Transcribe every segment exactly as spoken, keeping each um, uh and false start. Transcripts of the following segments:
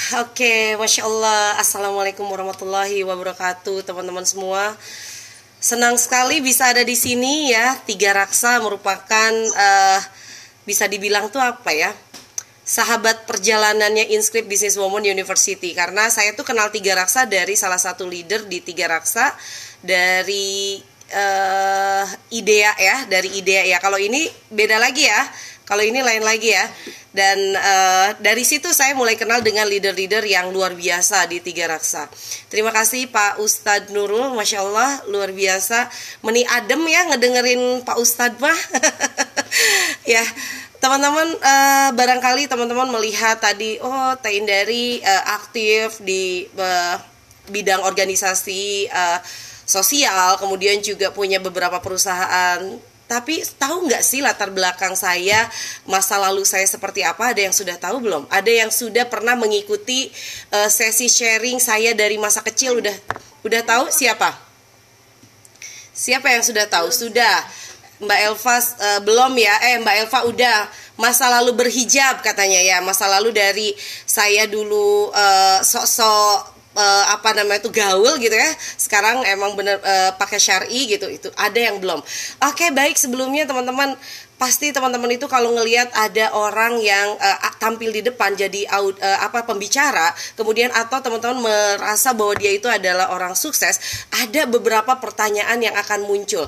Oke, Masya Allah. Assalamualaikum warahmatullahi wabarakatuh, teman-teman semua. Senang sekali bisa ada di sini ya. Tiga Raksa merupakan uh, bisa dibilang tuh apa ya, sahabat perjalanannya Inscript Business Woman University. Karena saya tuh kenal Tiga Raksa dari salah satu leader di Tiga Raksa, dari uh, IDEA ya, dari IDEA ya. Kalau ini beda lagi ya. Kalau ini lain lagi ya. Dan uh, dari situ saya mulai kenal dengan leader-leader yang luar biasa di Tiga Raksa. Terima kasih Pak Ustadz Nurul, Masya Allah luar biasa. Meni adem ya ngedengerin Pak Ustadz mah. Ya, teman-teman, uh, barangkali teman-teman melihat tadi, oh Teh Indari uh, aktif di uh, bidang organisasi uh, sosial, kemudian juga punya beberapa perusahaan. Tapi tahu nggak sih latar belakang saya, masa lalu saya seperti apa? Ada yang sudah tahu belum? Ada yang sudah pernah mengikuti uh, sesi sharing saya dari masa kecil? Udah udah tahu siapa? Siapa yang sudah tahu? Sudah. Mbak Elva uh, belum ya? Eh Mbak Elva udah. Masa lalu berhijab katanya ya. Masa lalu dari saya dulu uh, sok-sok Uh, apa namanya itu gaul gitu ya, sekarang emang bener uh, pakai syar'i gitu. Itu ada yang belum. Oke, baik, sebelumnya teman-teman, pasti teman-teman itu kalau ngelihat ada orang yang uh, tampil di depan jadi uh, apa pembicara, kemudian atau teman-teman merasa bahwa dia itu adalah orang sukses, ada beberapa pertanyaan yang akan muncul.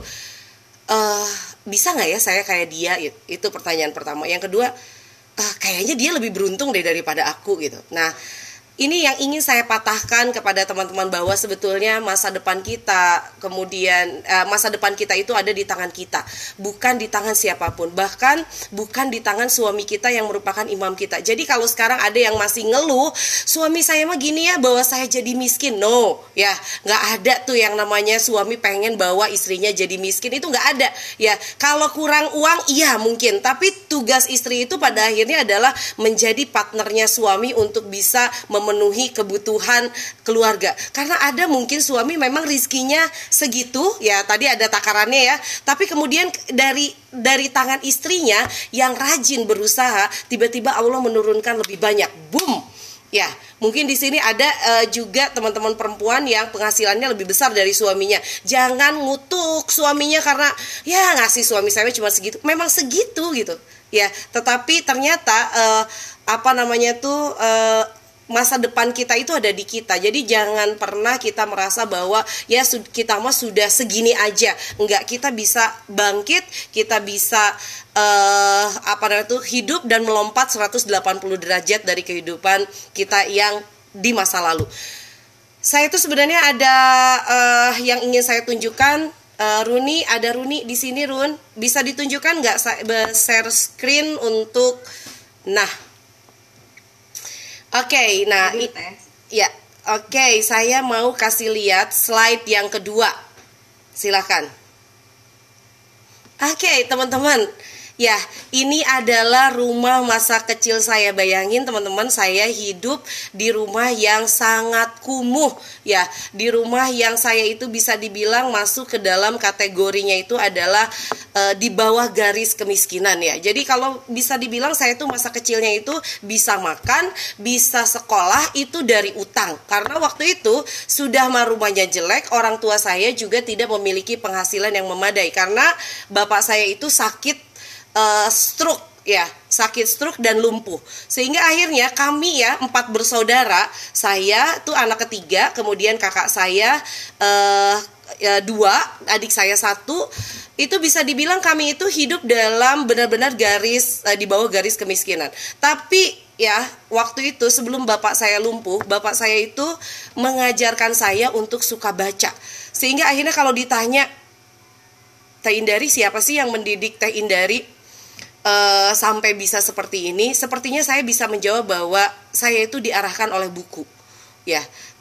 Uh, bisa nggak ya saya kayak dia? Itu pertanyaan pertama. Yang kedua, uh, kayaknya dia lebih beruntung deh daripada aku gitu. Nah, ini yang ingin saya patahkan kepada teman-teman, bahwa sebetulnya masa depan kita, kemudian uh, masa depan kita itu ada di tangan kita, bukan di tangan siapapun, bahkan bukan di tangan suami kita yang merupakan imam kita. Jadi kalau sekarang ada yang masih ngeluh, suami saya mah gini ya, bahwa saya jadi miskin, no, ya nggak ada tuh yang namanya suami pengen bawa istrinya jadi miskin, itu nggak ada. Ya kalau kurang uang, iya mungkin, tapi tugas istri itu pada akhirnya adalah menjadi partnernya suami untuk bisa memenuhi kebutuhan keluarga. Karena ada mungkin suami memang rizkinya segitu ya, tadi ada takarannya ya, tapi kemudian dari dari tangan istrinya yang rajin berusaha, tiba-tiba Allah menurunkan lebih banyak, boom. Ya, mungkin di sini ada uh, juga teman-teman perempuan yang penghasilannya lebih besar dari suaminya. Jangan ngutuk suaminya karena ya ngasih suami saya cuma segitu. Memang segitu gitu. Ya, tetapi ternyata uh, apa namanya tuh uh, masa depan kita itu ada di kita. Jadi jangan pernah kita merasa bahwa ya kita mah sudah segini aja. Enggak, kita bisa bangkit, kita bisa uh, apa namanya itu hidup dan melompat seratus delapan puluh derajat dari kehidupan kita yang di masa lalu. Saya itu sebenarnya ada uh, yang ingin saya tunjukkan. Uh, Runi, ada Runi di sini, Run. Bisa ditunjukkan nggak share screen untuk, nah. Oke, okay, nah ini ya, oke, okay, saya mau kasih lihat slide yang kedua. Silakan. Oke, okay, teman-teman. Ya, ini adalah rumah masa kecil saya. Bayangin teman-teman, saya hidup di rumah yang sangat kumuh. Ya, di rumah yang saya itu bisa dibilang masuk ke dalam kategorinya itu adalah e, di bawah garis kemiskinan ya. Jadi kalau bisa dibilang saya itu masa kecilnya itu bisa makan, bisa sekolah itu dari utang. Karena waktu itu sudah mah rumahnya jelek, orang tua saya juga tidak memiliki penghasilan yang memadai. Karena bapak saya itu sakit Uh, stroke ya, sakit stroke dan lumpuh, sehingga akhirnya kami ya empat bersaudara, saya tuh anak ketiga, kemudian kakak saya uh, ya, dua, adik saya satu, itu bisa dibilang kami itu hidup dalam benar-benar garis uh, di bawah garis kemiskinan. Tapi ya waktu itu sebelum bapak saya lumpuh, bapak saya itu mengajarkan saya untuk suka baca, sehingga akhirnya kalau ditanya Teh Indari, siapa sih yang mendidik Teh Indari Uh, sampai bisa seperti ini? Sepertinya saya bisa menjawab bahwa saya itu diarahkan oleh buku. Ya,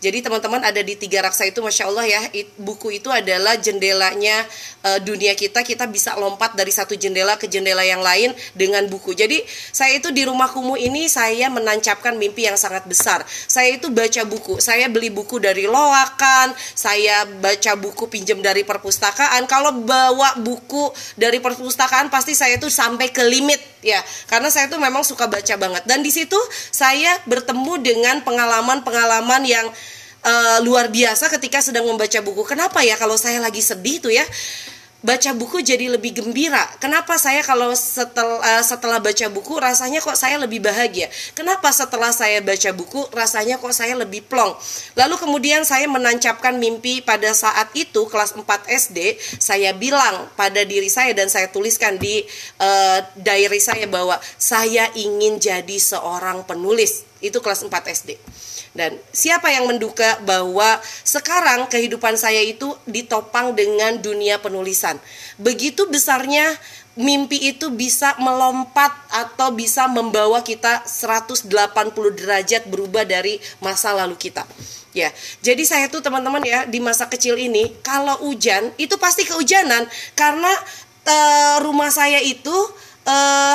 Jadi teman-teman ada di Tiga Raksa itu, Masya Allah ya, buku itu adalah jendelanya uh, dunia kita. Kita bisa lompat dari satu jendela ke jendela yang lain dengan buku. Jadi saya itu di rumah kumuh ini saya menancapkan mimpi yang sangat besar. Saya itu baca buku, saya beli buku dari loakan, saya baca buku pinjam dari perpustakaan. Kalau bawa buku dari perpustakaan pasti saya itu sampai ke limit ya, karena saya tuh memang suka baca banget. Dan di situ saya bertemu dengan pengalaman-pengalaman yang uh, luar biasa ketika sedang membaca buku. Kenapa ya kalau saya lagi sedih tuh ya, baca buku jadi lebih gembira. Kenapa saya kalau setel, uh, setelah baca buku rasanya kok saya lebih bahagia? Kenapa setelah saya baca buku rasanya kok saya lebih plong? Lalu kemudian saya menancapkan mimpi pada saat itu kelas empat S D. Saya bilang pada diri saya dan saya tuliskan di uh, diary saya bahwa saya ingin jadi seorang penulis. Itu kelas empat S D. Dan siapa yang menduga bahwa sekarang kehidupan saya itu ditopang dengan dunia penulisan. Begitu besarnya mimpi itu bisa melompat atau bisa membawa kita seratus delapan puluh derajat berubah dari masa lalu kita. Ya, jadi saya tuh teman-teman ya, di masa kecil ini kalau hujan itu pasti kehujanan karena uh, rumah saya itu uh,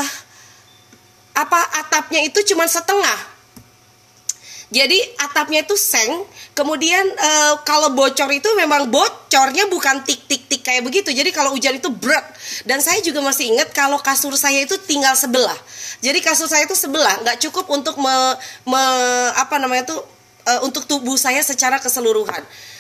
apa atapnya itu cuma setengah. Jadi atapnya itu seng, kemudian e, kalau bocor itu memang bocornya bukan tik-tik-tik kayak begitu. Jadi kalau hujan itu berat. Dan saya juga masih ingat kalau kasur saya itu tinggal sebelah. Jadi kasur saya itu sebelah, nggak cukup untuk me, me, apa namanya itu e, untuk tubuh saya secara keseluruhan.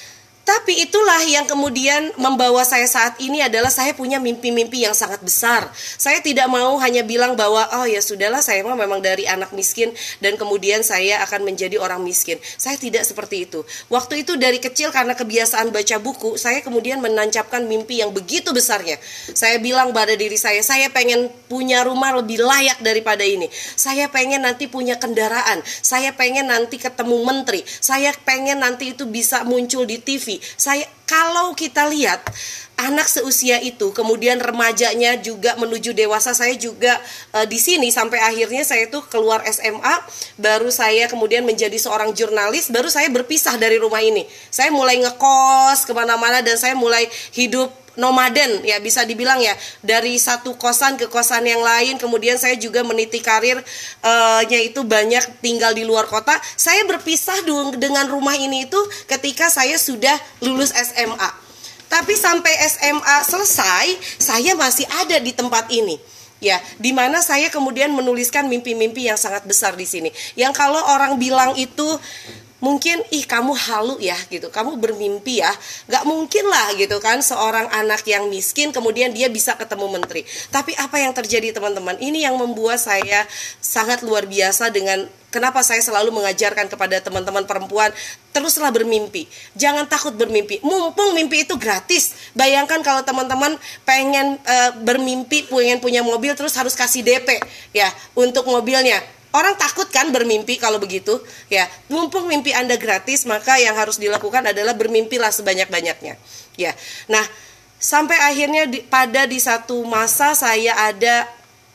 Tapi itulah yang kemudian membawa saya saat ini adalah saya punya mimpi-mimpi yang sangat besar. Saya tidak mau hanya bilang bahwa oh ya sudahlah saya memang dari anak miskin dan kemudian saya akan menjadi orang miskin. Saya tidak seperti itu. Waktu itu dari kecil karena kebiasaan baca buku, saya kemudian menancapkan mimpi yang begitu besarnya. Saya bilang pada diri saya, saya pengen punya rumah lebih layak daripada ini. Saya pengen nanti punya kendaraan. Saya pengen nanti ketemu menteri. Saya pengen nanti itu bisa muncul di T V. Saya kalau kita lihat anak seusia itu kemudian remajanya juga menuju dewasa, saya juga e, di sini sampai akhirnya saya tuh keluar S M A, baru saya kemudian menjadi seorang jurnalis, baru saya berpisah dari rumah ini. Saya mulai ngekos kemana-mana dan saya mulai hidup nomaden ya, bisa dibilang ya, dari satu kosan ke kosan yang lain. Kemudian saya juga meniti karir uh, yaitu banyak tinggal di luar kota. Saya berpisah dengan rumah ini itu ketika saya sudah lulus S M A. Tapi sampai S M A selesai saya masih ada di tempat ini. Ya, di mana saya kemudian menuliskan mimpi-mimpi yang sangat besar di sini. Yang kalau orang bilang itu mungkin ih kamu halu ya gitu, kamu bermimpi ya, gak mungkin lah gitu kan seorang anak yang miskin kemudian dia bisa ketemu menteri. Tapi apa yang terjadi teman-teman, ini yang membuat saya sangat luar biasa dengan kenapa saya selalu mengajarkan kepada teman-teman perempuan, teruslah bermimpi, jangan takut bermimpi, mumpung mimpi itu gratis. Bayangkan kalau teman-teman pengen e, bermimpi pengen punya mobil terus harus kasih D P ya untuk mobilnya. Orang takut kan bermimpi kalau begitu ya. Mumpung mimpi Anda gratis, maka yang harus dilakukan adalah bermimpilah sebanyak-banyaknya ya. Nah, sampai akhirnya di, pada di satu masa saya ada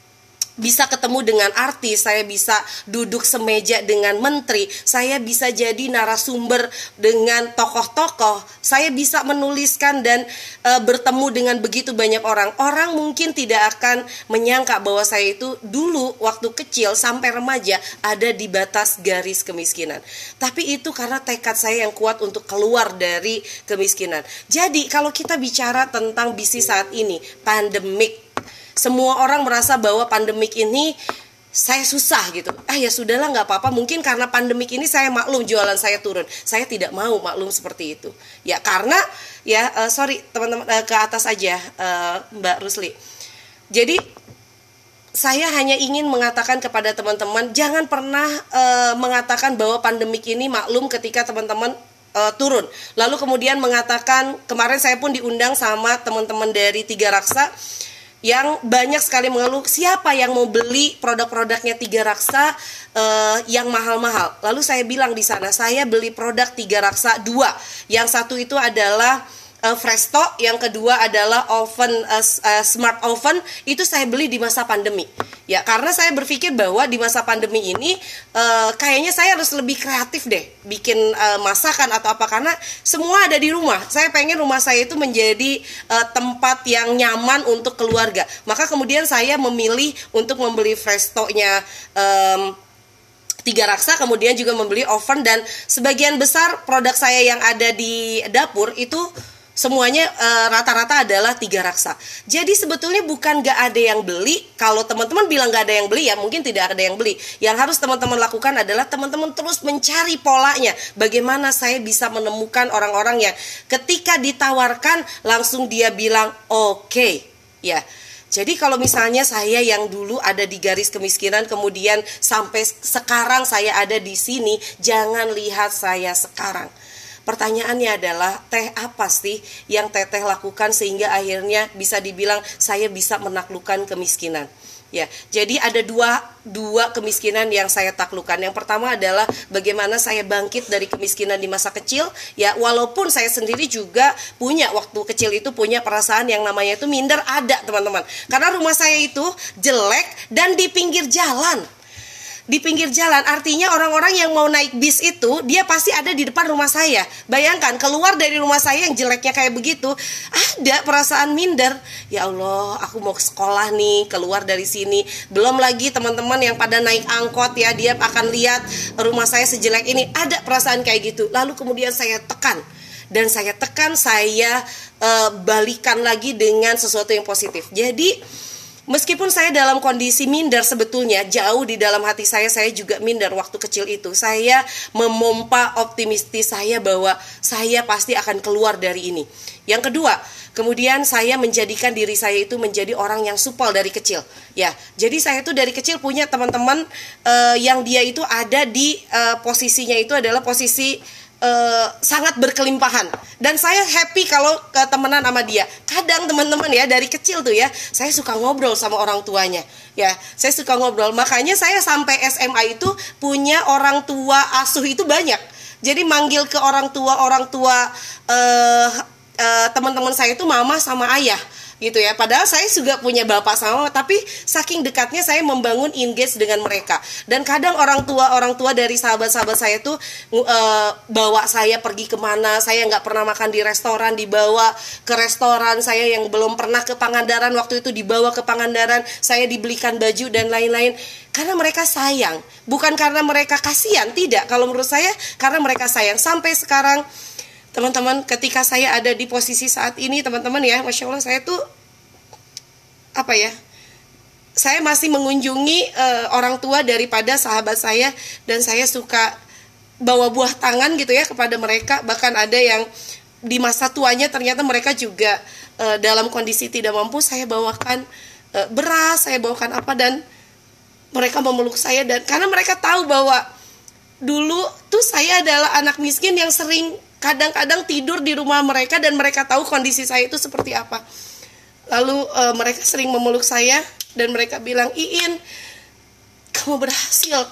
bisa ketemu dengan artis, saya bisa duduk semeja dengan menteri, saya bisa jadi narasumber dengan tokoh-tokoh, saya bisa menuliskan dan e, bertemu dengan begitu banyak orang. Orang mungkin tidak akan menyangka bahwa saya itu dulu waktu kecil sampai remaja ada di batas garis kemiskinan. Tapi itu karena tekad saya yang kuat untuk keluar dari kemiskinan. Jadi kalau kita bicara tentang bisnis saat ini, pandemik, semua orang merasa bahwa pandemik ini saya susah gitu. Ah ya sudahlah nggak apa-apa. Mungkin karena pandemik ini saya maklum jualan saya turun. Saya tidak mau maklum seperti itu. Ya karena ya uh, sorry teman-teman uh, ke atas aja uh, Mbak Rusli. Jadi saya hanya ingin mengatakan kepada teman-teman jangan pernah uh, mengatakan bahwa pandemik ini maklum ketika teman-teman uh, turun. Lalu kemudian mengatakan, kemarin saya pun diundang sama teman-teman dari Tiga Raksa yang banyak sekali mengeluh siapa yang mau beli produk-produknya Tiga Raksa uh, yang mahal-mahal. Lalu saya bilang di sana saya beli produk Tiga Raksa dua. Yang satu itu adalah uh, Fresh Stock, yang kedua adalah oven uh, uh, smart oven. Itu saya beli di masa pandemi. Ya, karena saya berpikir bahwa di masa pandemi ini uh, kayaknya saya harus lebih kreatif deh bikin uh, masakan atau apa, karena semua ada di rumah. Saya pengen rumah saya itu menjadi uh, tempat yang nyaman untuk keluarga. Maka kemudian saya memilih untuk membeli Fresh Stock-nya um, Tiga Raksa, kemudian juga membeli oven, dan sebagian besar produk saya yang ada di dapur itu semuanya e, rata-rata adalah Tiga Raksa. Jadi sebetulnya bukan gak ada yang beli. Kalau teman-teman bilang gak ada yang beli, ya mungkin tidak ada yang beli. Yang harus teman-teman lakukan adalah teman-teman terus mencari polanya. Bagaimana saya bisa menemukan orang-orang yang ketika ditawarkan langsung dia bilang oke, okay. Ya. Jadi kalau misalnya saya yang dulu ada di garis kemiskinan, kemudian sampai sekarang saya ada di sini, jangan lihat saya sekarang. Pertanyaannya adalah, teh apa sih yang teteh lakukan sehingga akhirnya bisa dibilang saya bisa menaklukkan kemiskinan? Ya, jadi ada dua dua kemiskinan yang saya taklukkan. Yang pertama adalah bagaimana saya bangkit dari kemiskinan di masa kecil. Ya, walaupun saya sendiri juga punya waktu kecil itu punya perasaan yang namanya itu minder, ada teman-teman. Karena rumah saya itu jelek dan di pinggir jalan. Di pinggir jalan, artinya orang-orang yang mau naik bis itu dia pasti ada di depan rumah saya. Bayangkan keluar dari rumah saya yang jeleknya kayak begitu, ada perasaan minder. Ya Allah, aku mau ke sekolah nih, keluar dari sini. Belum lagi teman-teman yang pada naik angkot ya, dia akan lihat rumah saya sejelek ini. Ada perasaan kayak gitu. Lalu kemudian saya tekan. Dan saya tekan, saya uh, balikan lagi dengan sesuatu yang positif. Jadi meskipun saya dalam kondisi minder, sebetulnya jauh di dalam hati saya, saya juga minder waktu kecil itu. Saya memompa optimistis saya bahwa saya pasti akan keluar dari ini. Yang kedua, kemudian saya menjadikan diri saya itu menjadi orang yang supel dari kecil. Ya, jadi saya itu dari kecil punya teman-teman uh, yang dia itu ada di uh, posisinya itu adalah posisi Uh, sangat berkelimpahan, dan saya happy kalau uh, temenan sama dia. Kadang teman-teman ya dari kecil tuh ya, saya suka ngobrol sama orang tuanya. Ya, saya suka ngobrol. Makanya saya sampai S M A itu punya orang tua asuh itu banyak. Jadi manggil ke orang tua orang tua uh, uh, teman-teman saya itu mama sama ayah. Gitu ya, padahal saya juga punya bapak sama mama, tapi saking dekatnya saya membangun engage dengan mereka. Dan kadang orang tua orang tua dari sahabat-sahabat saya tuh uh, bawa saya pergi kemana, saya nggak pernah makan di restoran, dibawa ke restoran. Saya yang belum pernah ke Pangandaran, waktu itu dibawa ke Pangandaran, saya dibelikan baju dan lain-lain. Karena mereka sayang, bukan karena mereka kasihan, tidak. Kalau menurut saya, karena mereka sayang. Sampai sekarang teman-teman, ketika saya ada di posisi saat ini, teman-teman ya, Masya Allah, saya tuh apa ya, saya masih mengunjungi uh, orang tua daripada sahabat saya, dan saya suka bawa buah tangan gitu ya kepada mereka. Bahkan ada yang di masa tuanya ternyata mereka juga uh, dalam kondisi tidak mampu, saya bawakan uh, beras, saya bawakan apa, dan mereka memeluk saya. Dan karena mereka tahu bahwa dulu tuh saya adalah anak miskin yang sering kadang-kadang tidur di rumah mereka, dan mereka tahu kondisi saya itu seperti apa. Lalu e, mereka sering memeluk saya, dan mereka bilang, "Iin, kamu berhasil."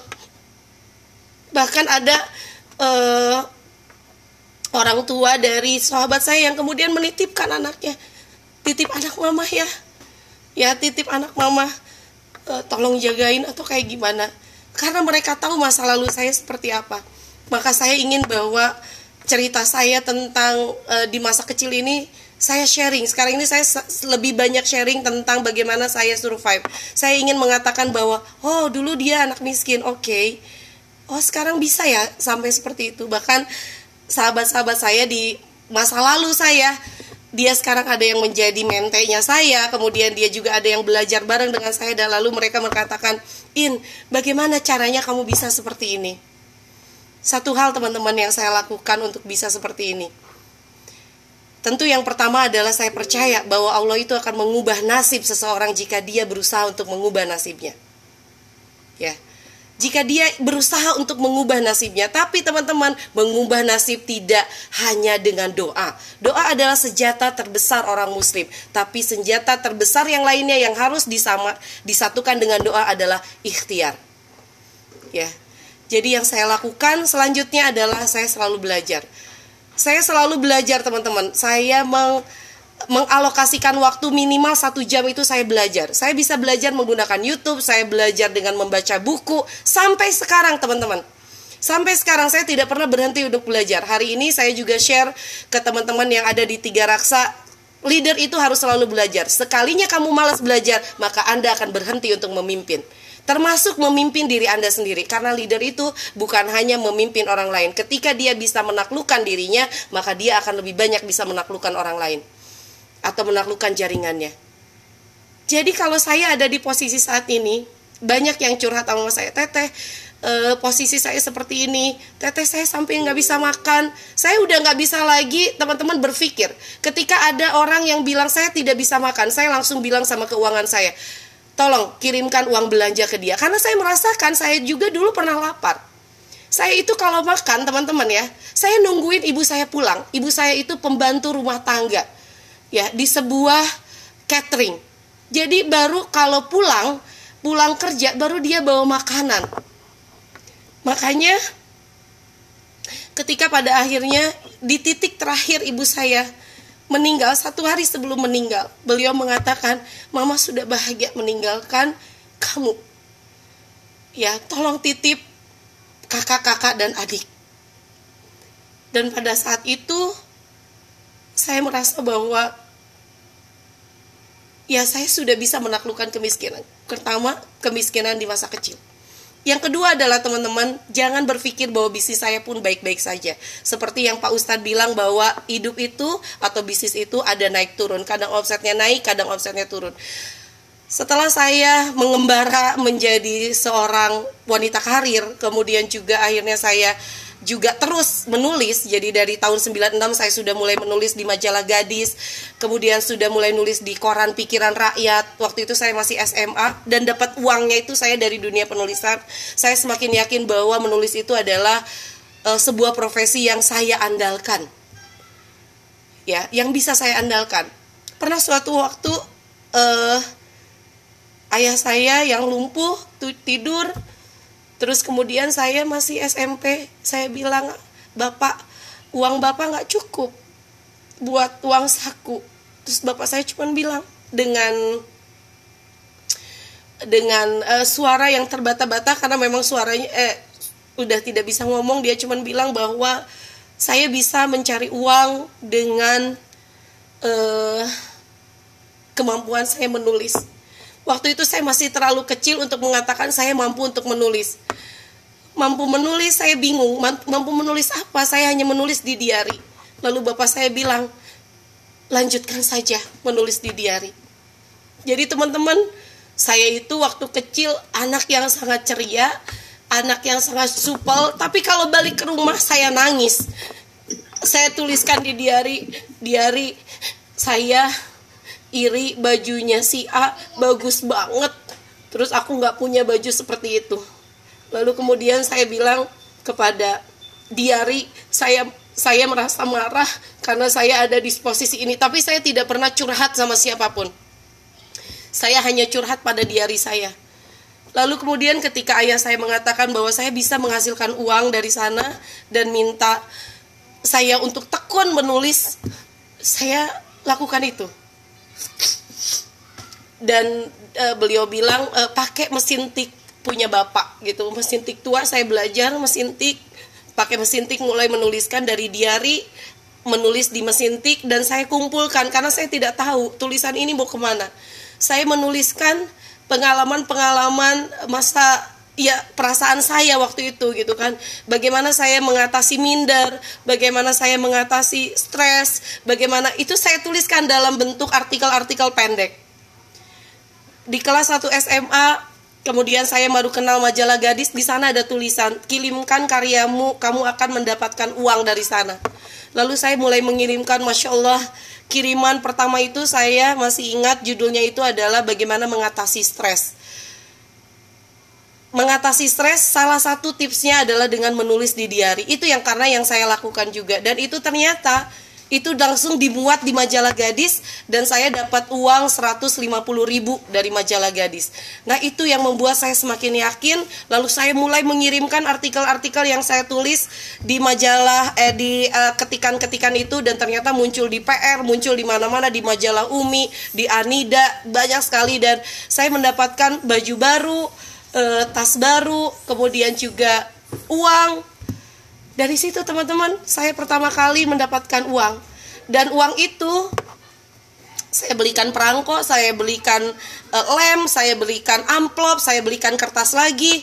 Bahkan ada e, orang tua dari sahabat saya yang kemudian menitipkan anaknya, "Titip anak mama ya, ya titip anak mama, e, tolong jagain," atau kayak gimana. Karena mereka tahu masa lalu saya seperti apa. Maka saya ingin bahwa cerita saya tentang uh, di masa kecil ini saya sharing. Sekarang ini saya lebih banyak sharing tentang bagaimana saya survive. Saya ingin mengatakan bahwa oh dulu dia anak miskin, oke, okay. Oh sekarang bisa ya sampai seperti itu. Bahkan sahabat-sahabat saya di masa lalu saya, dia sekarang ada yang menjadi mentenya saya, kemudian dia juga ada yang belajar bareng dengan saya, dan lalu mereka mengatakan, "In, bagaimana caranya kamu bisa seperti ini?" Satu hal teman-teman yang saya lakukan untuk bisa seperti ini, tentu yang pertama adalah saya percaya bahwa Allah itu akan mengubah nasib seseorang jika dia berusaha untuk mengubah nasibnya. Ya, jika dia berusaha untuk mengubah nasibnya. Tapi teman-teman, mengubah nasib tidak hanya dengan doa. Doa adalah senjata terbesar orang muslim, tapi senjata terbesar yang lainnya yang harus disama, disatukan dengan doa adalah ikhtiar. Ya. Jadi yang saya lakukan selanjutnya adalah saya selalu belajar. Saya selalu belajar teman-teman. Saya meng mengalokasikan waktu minimal satu jam itu saya belajar. Saya bisa belajar menggunakan YouTube, saya belajar dengan membaca buku. Sampai sekarang teman-teman, sampai sekarang saya tidak pernah berhenti untuk belajar. Hari ini saya juga share ke teman-teman yang ada di Tiga Raksa, leader itu harus selalu belajar. Sekalinya kamu malas belajar, maka Anda akan berhenti untuk memimpin. Termasuk memimpin diri Anda sendiri. Karena leader itu bukan hanya memimpin orang lain. Ketika dia bisa menaklukkan dirinya, maka dia akan lebih banyak bisa menaklukkan orang lain atau menaklukkan jaringannya. Jadi kalau saya ada di posisi saat ini, banyak yang curhat sama saya, Teteh, e, posisi saya seperti ini, Teteh saya sampai nggak bisa makan, saya udah nggak bisa lagi. Teman-teman berpikir, ketika ada orang yang bilang saya tidak bisa makan, saya langsung bilang sama keuangan saya, tolong kirimkan uang belanja ke dia. Karena saya merasakan, saya juga dulu pernah lapar. Saya itu kalau makan teman-teman ya, saya nungguin ibu saya pulang. Ibu saya itu pembantu rumah tangga, ya, di sebuah catering. Jadi baru kalau pulang, pulang kerja baru dia bawa makanan. Makanya ketika pada akhirnya di titik terakhir ibu saya meninggal, satu hari sebelum meninggal, beliau mengatakan, Mama sudah bahagia meninggalkan kamu. Ya, tolong titip kakak-kakak dan adik. Dan pada saat itu saya merasa bahwa ya saya sudah bisa menaklukkan kemiskinan. Pertama, kemiskinan di masa kecil. Yang kedua adalah teman-teman, jangan berpikir bahwa bisnis saya pun baik-baik saja. Seperti yang Pak Ustadz bilang bahwa hidup itu atau bisnis itu ada naik turun. Kadang omsetnya naik, kadang omsetnya turun. Setelah saya mengembara menjadi seorang wanita karir, kemudian juga akhirnya saya juga terus menulis. Jadi dari tahun sembilan puluh enam saya sudah mulai menulis di majalah Gadis, kemudian sudah mulai nulis di koran Pikiran Rakyat. Waktu itu saya masih S M A dan dapat uangnya itu saya dari dunia penulisan. Saya semakin yakin bahwa menulis itu adalah uh, sebuah profesi yang saya andalkan, ya, yang bisa saya andalkan. Pernah suatu waktu uh, ayah saya yang lumpuh tidur. Terus kemudian saya masih S M P, saya bilang, Bapak, uang Bapak gak cukup buat uang saku. Terus Bapak saya cuma bilang dengan dengan uh, suara yang terbata-bata, karena memang suaranya eh, udah tidak bisa ngomong. Dia cuma bilang bahwa saya bisa mencari uang dengan uh, kemampuan saya menulis. Waktu itu saya masih terlalu kecil untuk mengatakan saya mampu untuk menulis. Mampu menulis, saya bingung. Mampu menulis apa? Saya hanya menulis di diary. Lalu bapak saya bilang, lanjutkan saja menulis di diary. Jadi teman-teman, saya itu waktu kecil anak yang sangat ceria, anak yang sangat supel. Tapi kalau balik ke rumah saya nangis. Saya tuliskan di diary, diary saya iri bajunya si A bagus banget, terus aku nggak punya baju seperti itu. Lalu kemudian saya bilang kepada diary, saya saya merasa marah karena saya ada di posisi ini, tapi saya tidak pernah curhat sama siapapun. Saya hanya curhat pada diary saya. Lalu kemudian ketika ayah saya mengatakan bahwa saya bisa menghasilkan uang dari sana dan minta saya untuk tekun menulis, saya lakukan itu. Dan e, beliau bilang e, pakai mesin tik punya bapak gitu, mesin tik tua. Saya belajar mesin tik, pakai mesin tik, mulai menuliskan dari diary, menulis di mesin tik, dan saya kumpulkan karena saya tidak tahu tulisan ini mau kemana. Saya menuliskan pengalaman-pengalaman masa ya perasaan saya waktu itu gitu kan. Bagaimana saya mengatasi minder, bagaimana saya mengatasi stres, bagaimana itu saya tuliskan dalam bentuk artikel-artikel pendek. Di kelas satu S M A, kemudian saya baru kenal majalah Gadis, di sana ada tulisan, kirimkan karyamu, kamu akan mendapatkan uang dari sana. Lalu saya mulai mengirimkan, Masya Allah, kiriman pertama itu saya masih ingat judulnya itu adalah bagaimana mengatasi stres. Mengatasi stres, salah satu tipsnya adalah dengan menulis di diary. Itu yang karena yang saya lakukan juga. Dan itu ternyata Itu langsung dimuat di majalah Gadis dan saya dapat uang seratus lima puluh ribu dari majalah Gadis. Nah, itu yang membuat saya semakin yakin. Lalu saya mulai mengirimkan artikel-artikel yang saya tulis di majalah eh di uh, ketikan-ketikan itu, dan ternyata muncul di P R, muncul di mana-mana, di majalah Umi, di Anida, banyak sekali, dan saya mendapatkan baju baru, uh, tas baru, kemudian juga uang. Dari situ teman-teman, saya pertama kali mendapatkan uang. Dan uang itu saya belikan perangko, saya belikan uh, lem, saya belikan amplop, saya belikan kertas lagi.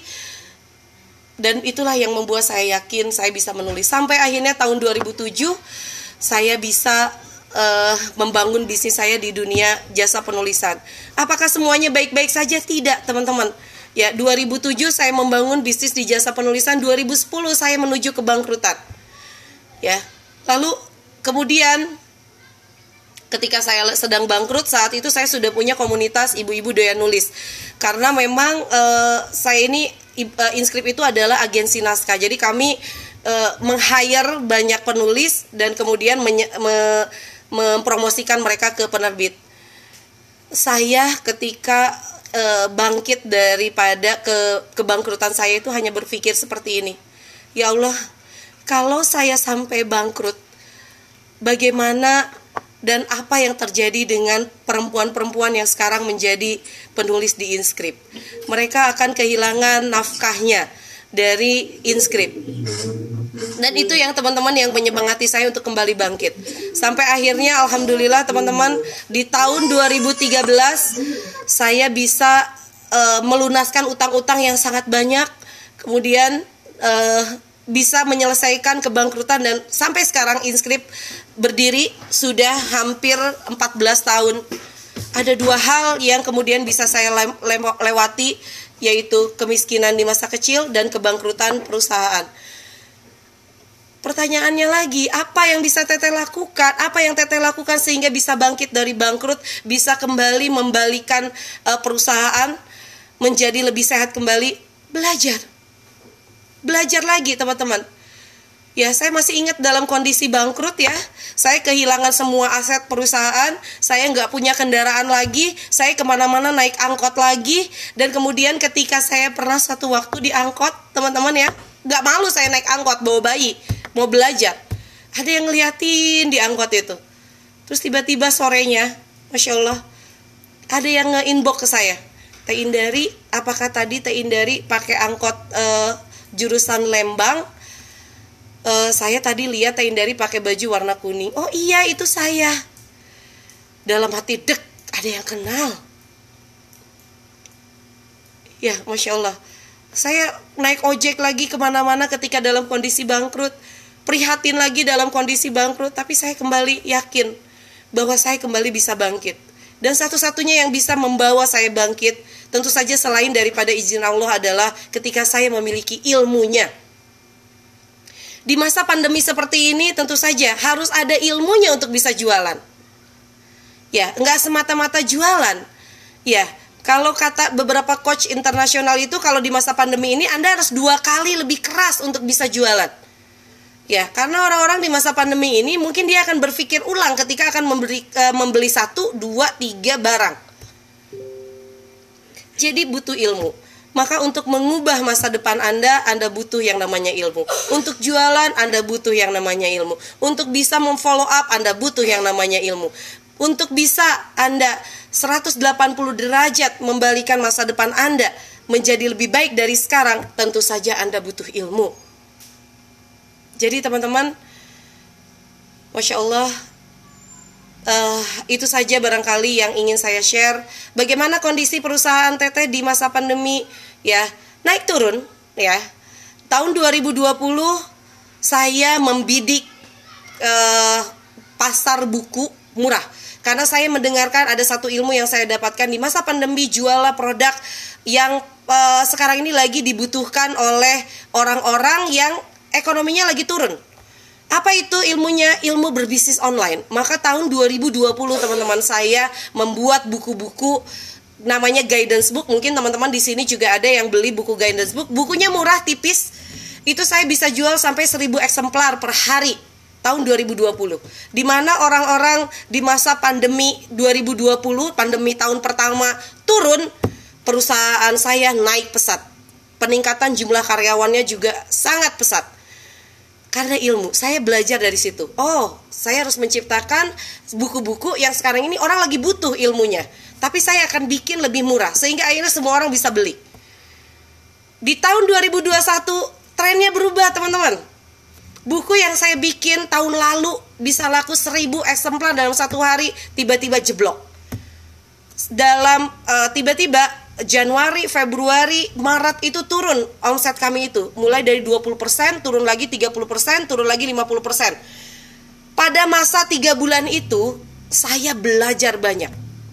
Dan itulah yang membuat saya yakin saya bisa menulis. Sampai akhirnya tahun dua ribu tujuh saya bisa uh, membangun bisnis saya di dunia jasa penulisan. Apakah semuanya baik-baik saja? Tidak, teman-teman. Ya, dua ribu tujuh saya membangun bisnis di jasa penulisan, dua ribu sepuluh saya menuju kebangkrutan. Ya. Lalu kemudian ketika saya sedang bangkrut, saat itu saya sudah punya komunitas ibu-ibu doyan nulis. Karena memang uh, saya ini uh, Inscript itu adalah agensi naskah. Jadi kami uh, meng-hire banyak penulis dan kemudian menye- me- mempromosikan mereka ke penerbit. Saya ketika bangkit daripada ke kebangkrutan saya itu hanya berpikir seperti ini. Ya Allah, kalau saya sampai bangkrut, bagaimana dan apa yang terjadi dengan perempuan-perempuan yang sekarang menjadi penulis di Inscript? Mereka akan kehilangan nafkahnya dari Inscript. Dan itu yang teman-teman yang menyemangati saya untuk kembali bangkit. Sampai akhirnya alhamdulillah teman-teman, di tahun dua ribu tiga belas saya bisa uh, melunaskan utang-utang yang sangat banyak. Kemudian uh, bisa menyelesaikan kebangkrutan, dan sampai sekarang Inscript berdiri sudah hampir empat belas tahun. Ada dua hal yang kemudian bisa saya le- le- lewati, yaitu kemiskinan di masa kecil dan kebangkrutan perusahaan. Pertanyaannya lagi, apa yang bisa Teteh lakukan? Apa yang Teteh lakukan sehingga bisa bangkit dari bangkrut, bisa kembali membalikan uh, perusahaan menjadi lebih sehat kembali? Belajar. Belajar lagi teman-teman. Ya, saya masih ingat dalam kondisi bangkrut ya. Saya kehilangan semua aset perusahaan. Saya nggak punya kendaraan lagi. Saya kemana-mana naik angkot lagi. Dan kemudian ketika saya pernah satu waktu di angkot, teman-teman ya, nggak malu saya naik angkot bawa bayi, mau belajar. Ada yang ngeliatin di angkot itu. Terus tiba-tiba sorenya, Masya Allah, ada yang nge-inbox ke saya. Teh Indari, apakah tadi Teh Indari pakai angkot uh, jurusan Lembang? Uh, saya tadi lihat Teh Indari pakai baju warna kuning. Oh iya, itu saya. Dalam hati dek, ada yang kenal. Ya, Masya Allah. Saya naik ojek lagi kemana-mana ketika dalam kondisi bangkrut. Prihatin lagi dalam kondisi bangkrut. Tapi saya kembali yakin bahwa saya kembali bisa bangkit. Dan satu-satunya yang bisa membawa saya bangkit, tentu saja selain daripada izin Allah, adalah ketika saya memiliki ilmunya. Di masa pandemi seperti ini tentu saja harus ada ilmunya untuk bisa jualan. Ya, nggak semata-mata jualan. Ya, kalau kata beberapa coach internasional itu, kalau di masa pandemi ini Anda harus dua kali lebih keras untuk bisa jualan. Ya, karena orang-orang di masa pandemi ini mungkin dia akan berpikir ulang ketika akan membeli, uh, membeli satu, dua, tiga barang. Jadi butuh ilmu. Maka untuk mengubah masa depan Anda, Anda butuh yang namanya ilmu. Untuk jualan, Anda butuh yang namanya ilmu. Untuk bisa memfollow up, Anda butuh yang namanya ilmu. Untuk bisa Anda seratus delapan puluh derajat membalikan masa depan Anda menjadi lebih baik dari sekarang, tentu saja Anda butuh ilmu. Jadi teman-teman, Masya Allah, uh, itu saja barangkali yang ingin saya share. Bagaimana kondisi perusahaan Teteh di masa pandemi? Ya, naik turun ya. Tahun dua ribu dua puluh saya membidik uh, pasar buku murah. Karena saya mendengarkan ada satu ilmu yang saya dapatkan di masa pandemi, jualah produk yang uh, sekarang ini lagi dibutuhkan oleh orang-orang yang ekonominya lagi turun. Apa itu ilmunya? Ilmu berbisnis online. Maka tahun dua ribu dua puluh teman-teman, saya membuat buku-buku namanya guidance book. Mungkin teman-teman di sini juga ada yang beli buku guidance book. Bukunya murah, tipis. Itu saya bisa jual sampai seribu eksemplar per hari. tahun dua ribu dua puluh. Di mana orang-orang di masa pandemi dua ribu dua puluh, pandemi tahun pertama turun, perusahaan saya naik pesat. Peningkatan jumlah karyawannya juga sangat pesat. Karena ilmu, saya belajar dari situ. Oh, saya harus menciptakan buku-buku yang sekarang ini orang lagi butuh ilmunya, tapi saya akan bikin lebih murah sehingga akhirnya semua orang bisa beli. Di tahun dua ribu dua puluh satu trennya berubah, teman-teman. Buku yang saya bikin tahun lalu bisa laku seribu eksemplar dalam satu hari, tiba-tiba jeblok. Dalam uh, tiba-tiba Januari, Februari, Maret itu turun omset kami itu. Mulai dari dua puluh persen, turun lagi tiga puluh persen, turun lagi lima puluh persen. Pada masa tiga bulan itu, saya belajar banyak.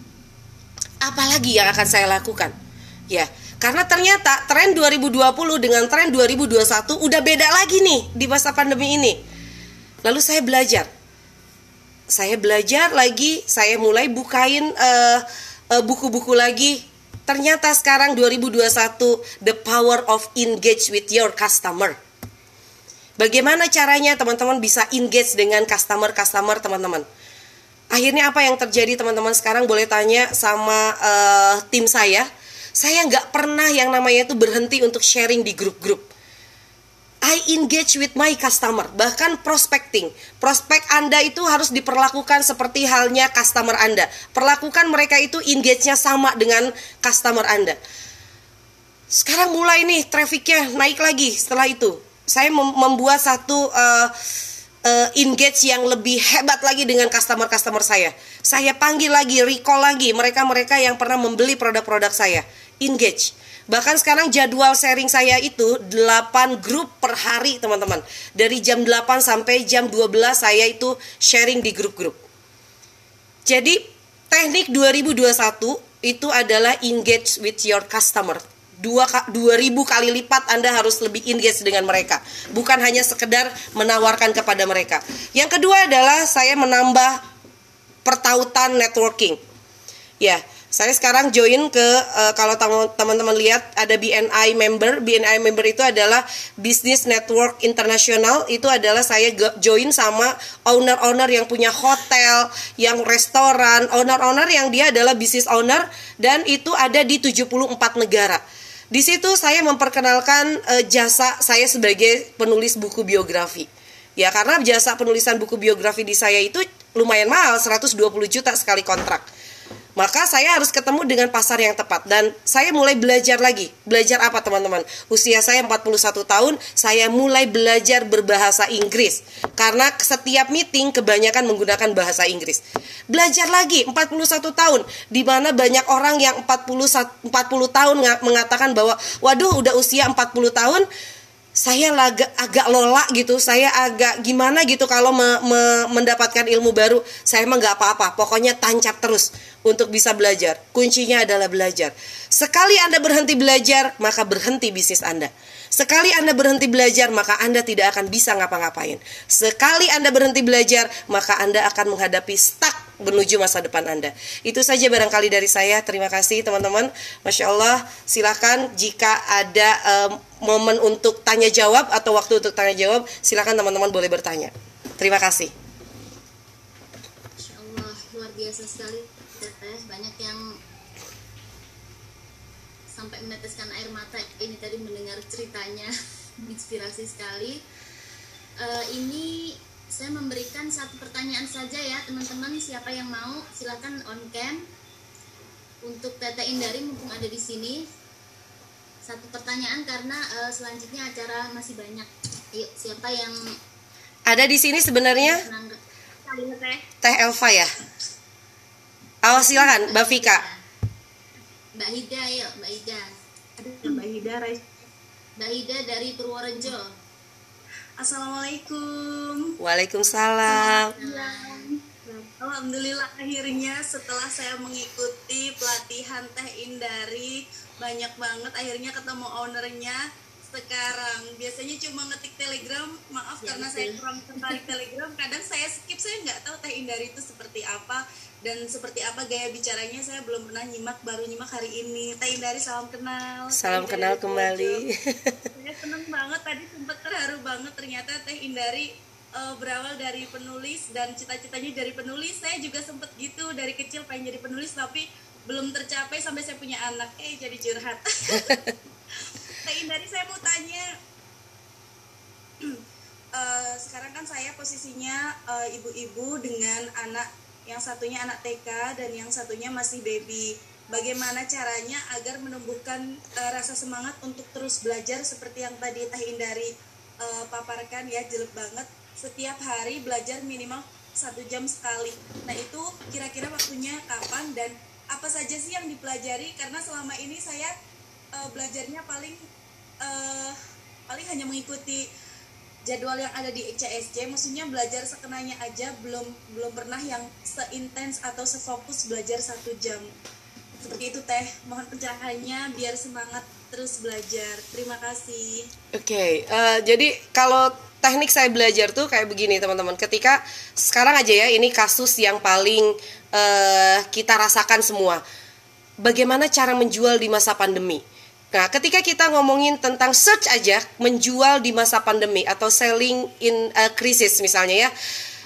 Apalagi yang akan saya lakukan? Ya, karena ternyata tren dua ribu dua puluh dengan tren dua ribu dua puluh satu udah beda lagi nih di masa pandemi ini. Lalu saya belajar. Saya belajar lagi, saya mulai bukain uh, uh, buku-buku lagi. Ternyata sekarang dua ribu dua puluh satu, the power of engage with your customer. Bagaimana caranya teman-teman bisa engage dengan customer-customer teman-teman? Akhirnya apa yang terjadi teman-teman sekarang, boleh tanya sama uh, tim saya. Saya nggak pernah yang namanya itu berhenti untuk sharing di grup-grup. I engage with my customer, bahkan prospecting. Prospek Anda itu harus diperlakukan seperti halnya customer Anda. Perlakukan mereka itu engage-nya sama dengan customer Anda. Sekarang mulai nih trafficnya naik lagi setelah itu. Saya mem- membuat satu uh, uh, engage yang lebih hebat lagi dengan customer-customer saya. Saya panggil lagi, recall lagi mereka-mereka yang pernah membeli produk-produk saya. Engage. Bahkan sekarang jadwal sharing saya itu delapan grup per hari teman-teman. Dari jam delapan sampai jam dua belas saya itu sharing di grup-grup. Jadi teknik dua ribu dua puluh satu itu adalah engage with your customer. Dua, dua ribu kali lipat Anda harus lebih engage dengan mereka. Bukan hanya sekedar menawarkan kepada mereka. Yang kedua adalah saya menambah pertautan networking. Ya, saya sekarang join ke uh, kalau teman-teman lihat ada B N I member. B N I member itu adalah Business Network International. Itu adalah saya join sama owner-owner yang punya hotel, yang restoran, owner-owner yang dia adalah business owner, dan itu ada di tujuh puluh empat negara. Di situ saya memperkenalkan uh, jasa saya sebagai penulis buku biografi. Ya, karena jasa penulisan buku biografi di saya itu lumayan mahal, seratus dua puluh juta sekali kontrak. Maka saya harus ketemu dengan pasar yang tepat. Dan saya mulai belajar lagi. Belajar apa teman-teman? Usia saya empat puluh satu tahun, saya mulai belajar berbahasa Inggris. Karena setiap meeting kebanyakan menggunakan bahasa Inggris. Belajar lagi, empat puluh satu tahun. Di mana banyak orang yang empat puluh tahun mengatakan bahwa, waduh udah usia empat puluh tahun, saya agak, agak lola gitu, saya agak gimana gitu kalau me, me, mendapatkan ilmu baru. Saya emang gak apa-apa, pokoknya tancap terus untuk bisa belajar. Kuncinya adalah belajar. Sekali Anda berhenti belajar, maka berhenti bisnis Anda. Sekali Anda berhenti belajar, maka Anda tidak akan bisa ngapa-ngapain. Sekali Anda berhenti belajar, maka Anda akan menghadapi stuck menuju masa depan Anda. Itu saja barangkali dari saya. Terima kasih teman-teman. Masya Allah, silakan jika ada um, momen untuk tanya jawab atau waktu untuk tanya jawab, silakan teman-teman boleh bertanya. Terima kasih. Masya Allah, luar biasa sekali. Banyak yang sampai meneteskan air mata ini tadi mendengar ceritanya. Inspirasi sekali. uh, Ini saya memberikan satu pertanyaan saja ya teman-teman. Siapa yang mau silakan on cam. Untuk Teteh Indari mumpung ada di sini, satu pertanyaan karena uh, selanjutnya acara masih banyak. Ayo, siapa yang ada di sini sebenarnya? Teh Elva ya. Awas silakan Mbak Vika. Mbak Hida, yuk Mbak Hida. Ada Mbak Hida, Rais. Mbak Hida dari Purworejo. Assalamualaikum. Waalaikumsalam. Alhamdulillah akhirnya setelah saya mengikuti pelatihan Teh Indari, banyak banget akhirnya ketemu ownernya. Sekarang biasanya cuma ngetik Telegram, maaf ya, karena betul. Saya kurang tertarik Telegram, kadang saya skip, saya nggak tahu Teh Indari itu seperti apa dan seperti apa gaya bicaranya, saya belum pernah nyimak, baru nyimak hari ini. Teh Indari, salam kenal. Salam kenal kembali. Saya seneng banget, tadi sempat terharu banget, ternyata Teh Indari uh, berawal dari penulis dan cita-citanya dari penulis. Saya juga sempet gitu dari kecil pengen jadi penulis tapi belum tercapai sampai saya punya anak. Eh jadi curhat. Teh Indari, saya mau tanya, uh, sekarang kan saya posisinya uh, ibu-ibu dengan anak, yang satunya anak T K dan yang satunya masih baby. Bagaimana caranya agar menumbuhkan uh, rasa semangat untuk terus belajar seperti yang tadi Teh Indari uh, paparkan ya, jelek banget. Setiap hari belajar minimal satu jam sekali. Nah itu kira-kira waktunya kapan dan apa saja sih yang dipelajari? Karena selama ini saya uh, belajarnya paling uh, paling hanya mengikuti jadwal yang ada di C S C, maksudnya belajar sekenanya aja, belum belum pernah yang seintens atau sefokus belajar satu jam. Seperti itu Teh, mohon pencerahannya biar semangat terus belajar. Terima kasih. Oke, okay, uh, jadi kalau teknik saya belajar tuh kayak begini teman-teman. Ketika sekarang aja ya, ini kasus yang paling uh, kita rasakan semua. Bagaimana cara menjual di masa pandemi? Nah, ketika kita ngomongin tentang search aja, menjual di masa pandemi atau selling in a crisis misalnya ya,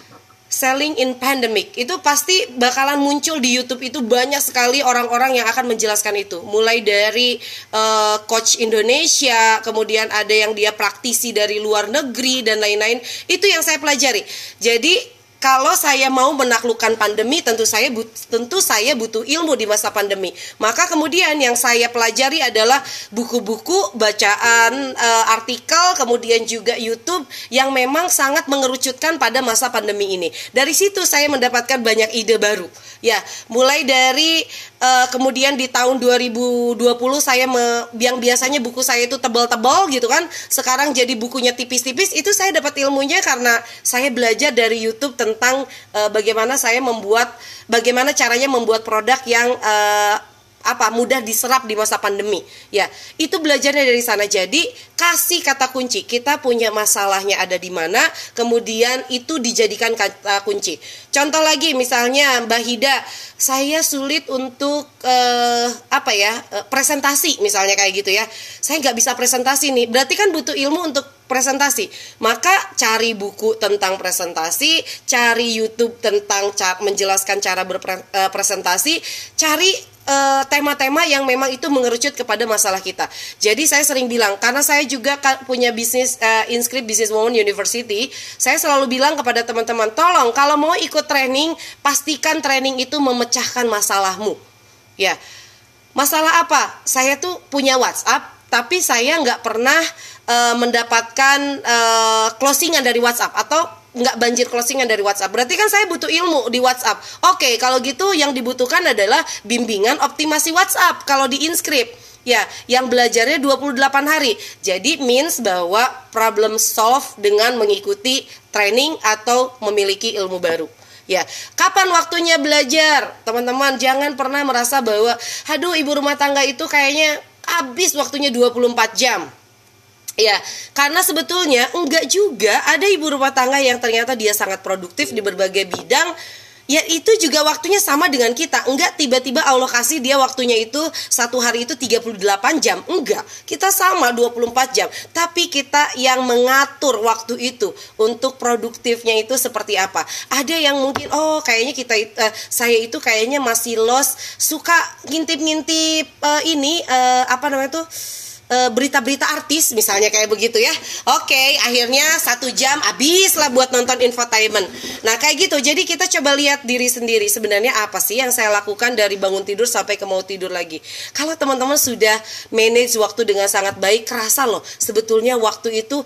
selling in pandemic, itu pasti bakalan muncul di YouTube itu banyak sekali orang-orang yang akan menjelaskan itu. Mulai dari uh, coach Indonesia, kemudian ada yang dia praktisi dari luar negeri dan lain-lain. Itu yang saya pelajari. Jadi kalau saya mau menaklukkan pandemi, tentu saya but, tentu saya butuh ilmu di masa pandemi. Maka kemudian yang saya pelajari adalah buku-buku, bacaan, e, artikel, kemudian juga YouTube yang memang sangat mengerucutkan pada masa pandemi ini. Dari situ saya mendapatkan banyak ide baru. Ya, mulai dari e, kemudian di tahun dua ribu dua puluh saya me, yang biasanya buku saya itu tebal-tebal gitu kan, sekarang jadi bukunya tipis-tipis. Itu saya dapat ilmunya karena saya belajar dari YouTube tentang uh, bagaimana saya membuat, bagaimana caranya membuat produk yang uh, apa mudah diserap di masa pandemi. Ya, itu belajarnya dari sana. Jadi kasih kata kunci. Kita punya masalahnya ada di mana, kemudian itu dijadikan kata kunci. Contoh lagi, misalnya Mbak Hida, saya sulit untuk uh, apa ya uh, presentasi misalnya kayak gitu ya. Saya nggak bisa presentasi nih. Berarti kan butuh ilmu untuk presentasi. Maka cari buku tentang presentasi, cari YouTube tentang ca- menjelaskan cara berpresentasi, cari uh, tema-tema yang memang itu mengerucut kepada masalah kita. Jadi saya sering bilang, karena saya juga punya bisnis uh, Inscript Business Woman University, saya selalu bilang kepada teman-teman, tolong kalau mau ikut training, pastikan training itu memecahkan masalahmu. Ya, masalah apa? Saya tuh punya WhatsApp, tapi saya nggak pernah uh, mendapatkan uh, closingan dari WhatsApp atau nggak banjir closingan dari WhatsApp. Berarti kan saya butuh ilmu di WhatsApp. Oke, kalau gitu yang dibutuhkan adalah bimbingan optimasi WhatsApp kalau di Inscript. Ya, yang belajarnya dua puluh delapan hari. Jadi means bahwa problem solve dengan mengikuti training atau memiliki ilmu baru. Ya, kapan waktunya belajar? Teman-teman, jangan pernah merasa bahwa aduh ibu rumah tangga itu kayaknya habis waktunya dua puluh empat jam. Ya, karena sebetulnya enggak juga, ada ibu rumah tangga yang ternyata dia sangat produktif di berbagai bidang. Ya itu juga waktunya sama dengan kita. Enggak tiba-tiba Allah kasih dia waktunya itu satu hari itu tiga puluh delapan jam. Enggak, kita sama dua puluh empat jam. Tapi kita yang mengatur waktu itu untuk produktifnya itu seperti apa. Ada yang mungkin oh kayaknya kita uh, saya itu kayaknya masih lost, suka ngintip-ngintip uh, ini uh, apa namanya tuh berita-berita artis misalnya kayak begitu ya. Oke, akhirnya satu jam habis lah buat nonton infotainment. Nah kayak gitu. Jadi kita coba lihat diri sendiri, sebenarnya apa sih yang saya lakukan dari bangun tidur sampai ke mau tidur lagi. Kalau teman-teman sudah manage waktu dengan sangat baik, kerasa loh sebetulnya waktu itu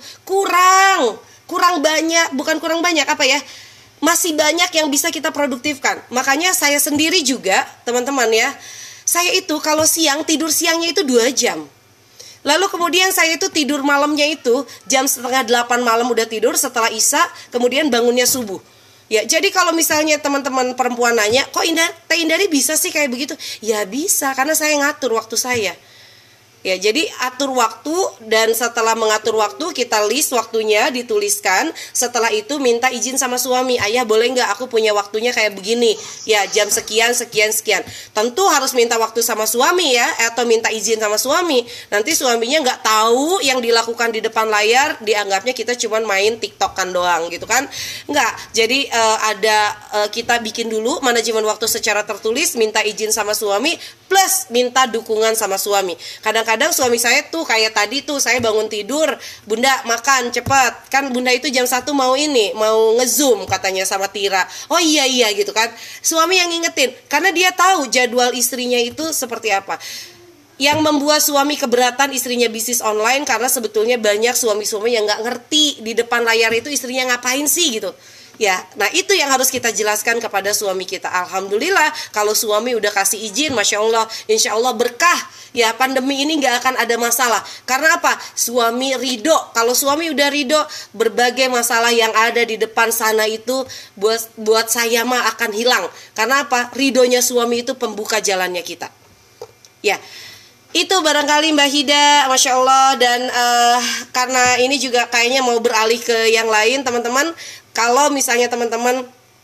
kurang kurang banyak, bukan kurang banyak apa ya, masih banyak yang bisa kita produktifkan. Makanya saya sendiri juga teman-teman ya, saya itu kalau siang tidur siangnya itu dua jam. Lalu kemudian saya itu tidur malamnya itu jam setengah delapan malam udah tidur setelah Isya, kemudian bangunnya subuh. Ya, jadi kalau misalnya teman-teman perempuan nanya, kok Indah, Teh Indari bisa sih kayak begitu? Ya bisa, karena saya ngatur waktu saya. Ya, jadi atur waktu, dan setelah mengatur waktu kita list waktunya, dituliskan. Setelah itu minta izin sama suami, ayah boleh nggak aku punya waktunya kayak begini, ya jam sekian sekian sekian. Tentu harus minta waktu sama suami ya, atau minta izin sama suami. Nanti suaminya nggak tahu yang dilakukan di depan layar, dianggapnya kita cuman main tiktokan doang gitu kan. Nggak, jadi uh, ada uh, kita bikin dulu manajemen waktu secara tertulis, minta izin sama suami, plus minta dukungan sama suami. Kadang-kadang Kadang suami saya tuh kayak tadi tuh, saya bangun tidur, bunda makan cepet, kan bunda itu jam satu mau ini, mau ngezoom katanya sama Tira. Oh iya iya gitu kan. Suami yang ngingetin, karena dia tahu jadwal istrinya itu seperti apa. Yang membuat suami keberatan istrinya bisnis online, karena sebetulnya banyak suami-suami yang gak ngerti di depan layar itu istrinya ngapain sih gitu. Ya, nah itu yang harus kita jelaskan kepada suami kita. Alhamdulillah kalau suami udah kasih izin, Masya Allah, Insya Allah berkah. Ya, pandemi ini gak akan ada masalah. Karena apa? Suami ridho. Kalau suami udah ridho, berbagai masalah yang ada di depan sana itu buat buat saya mah akan hilang. Karena apa? Ridhonya suami itu pembuka jalannya kita. Ya, itu barangkali Mbak Hida, Masya Allah. Dan uh, karena ini juga kayaknya mau beralih ke yang lain, teman-teman. Kalau misalnya teman-teman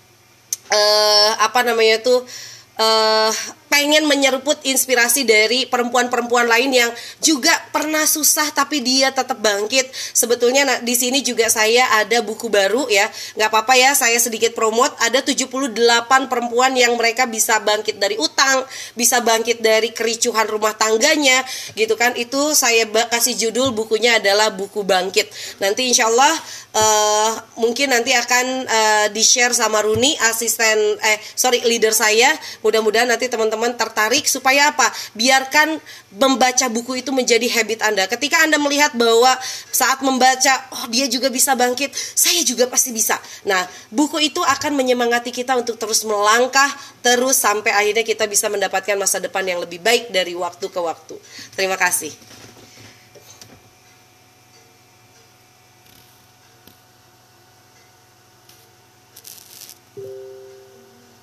uh, apa namanya tuh uh, pengen menyeruput inspirasi dari perempuan-perempuan lain yang juga pernah susah tapi dia tetap bangkit. Sebetulnya nah, di sini juga saya ada buku baru ya. Nggak apa-apa ya, saya sedikit promote. Ada tujuh puluh delapan perempuan yang mereka bisa bangkit dari utang, bisa bangkit dari kericuhan rumah tangganya, gitu kan. Itu saya kasih judul bukunya adalah Buku Bangkit. Nanti insya Allah uh, mungkin nanti akan uh, di-share sama Runi, asisten eh sorry leader saya. Mudah-mudahan nanti teman-teman tertarik, supaya apa? Biarkan membaca buku itu menjadi habit Anda. Ketika Anda melihat bahwa saat membaca, oh dia juga bisa bangkit, saya juga pasti bisa. Nah, buku itu akan menyemangati kita untuk terus melangkah, terus sampai akhirnya kita bisa mendapatkan masa depan yang lebih baik dari waktu ke waktu. Terima kasih.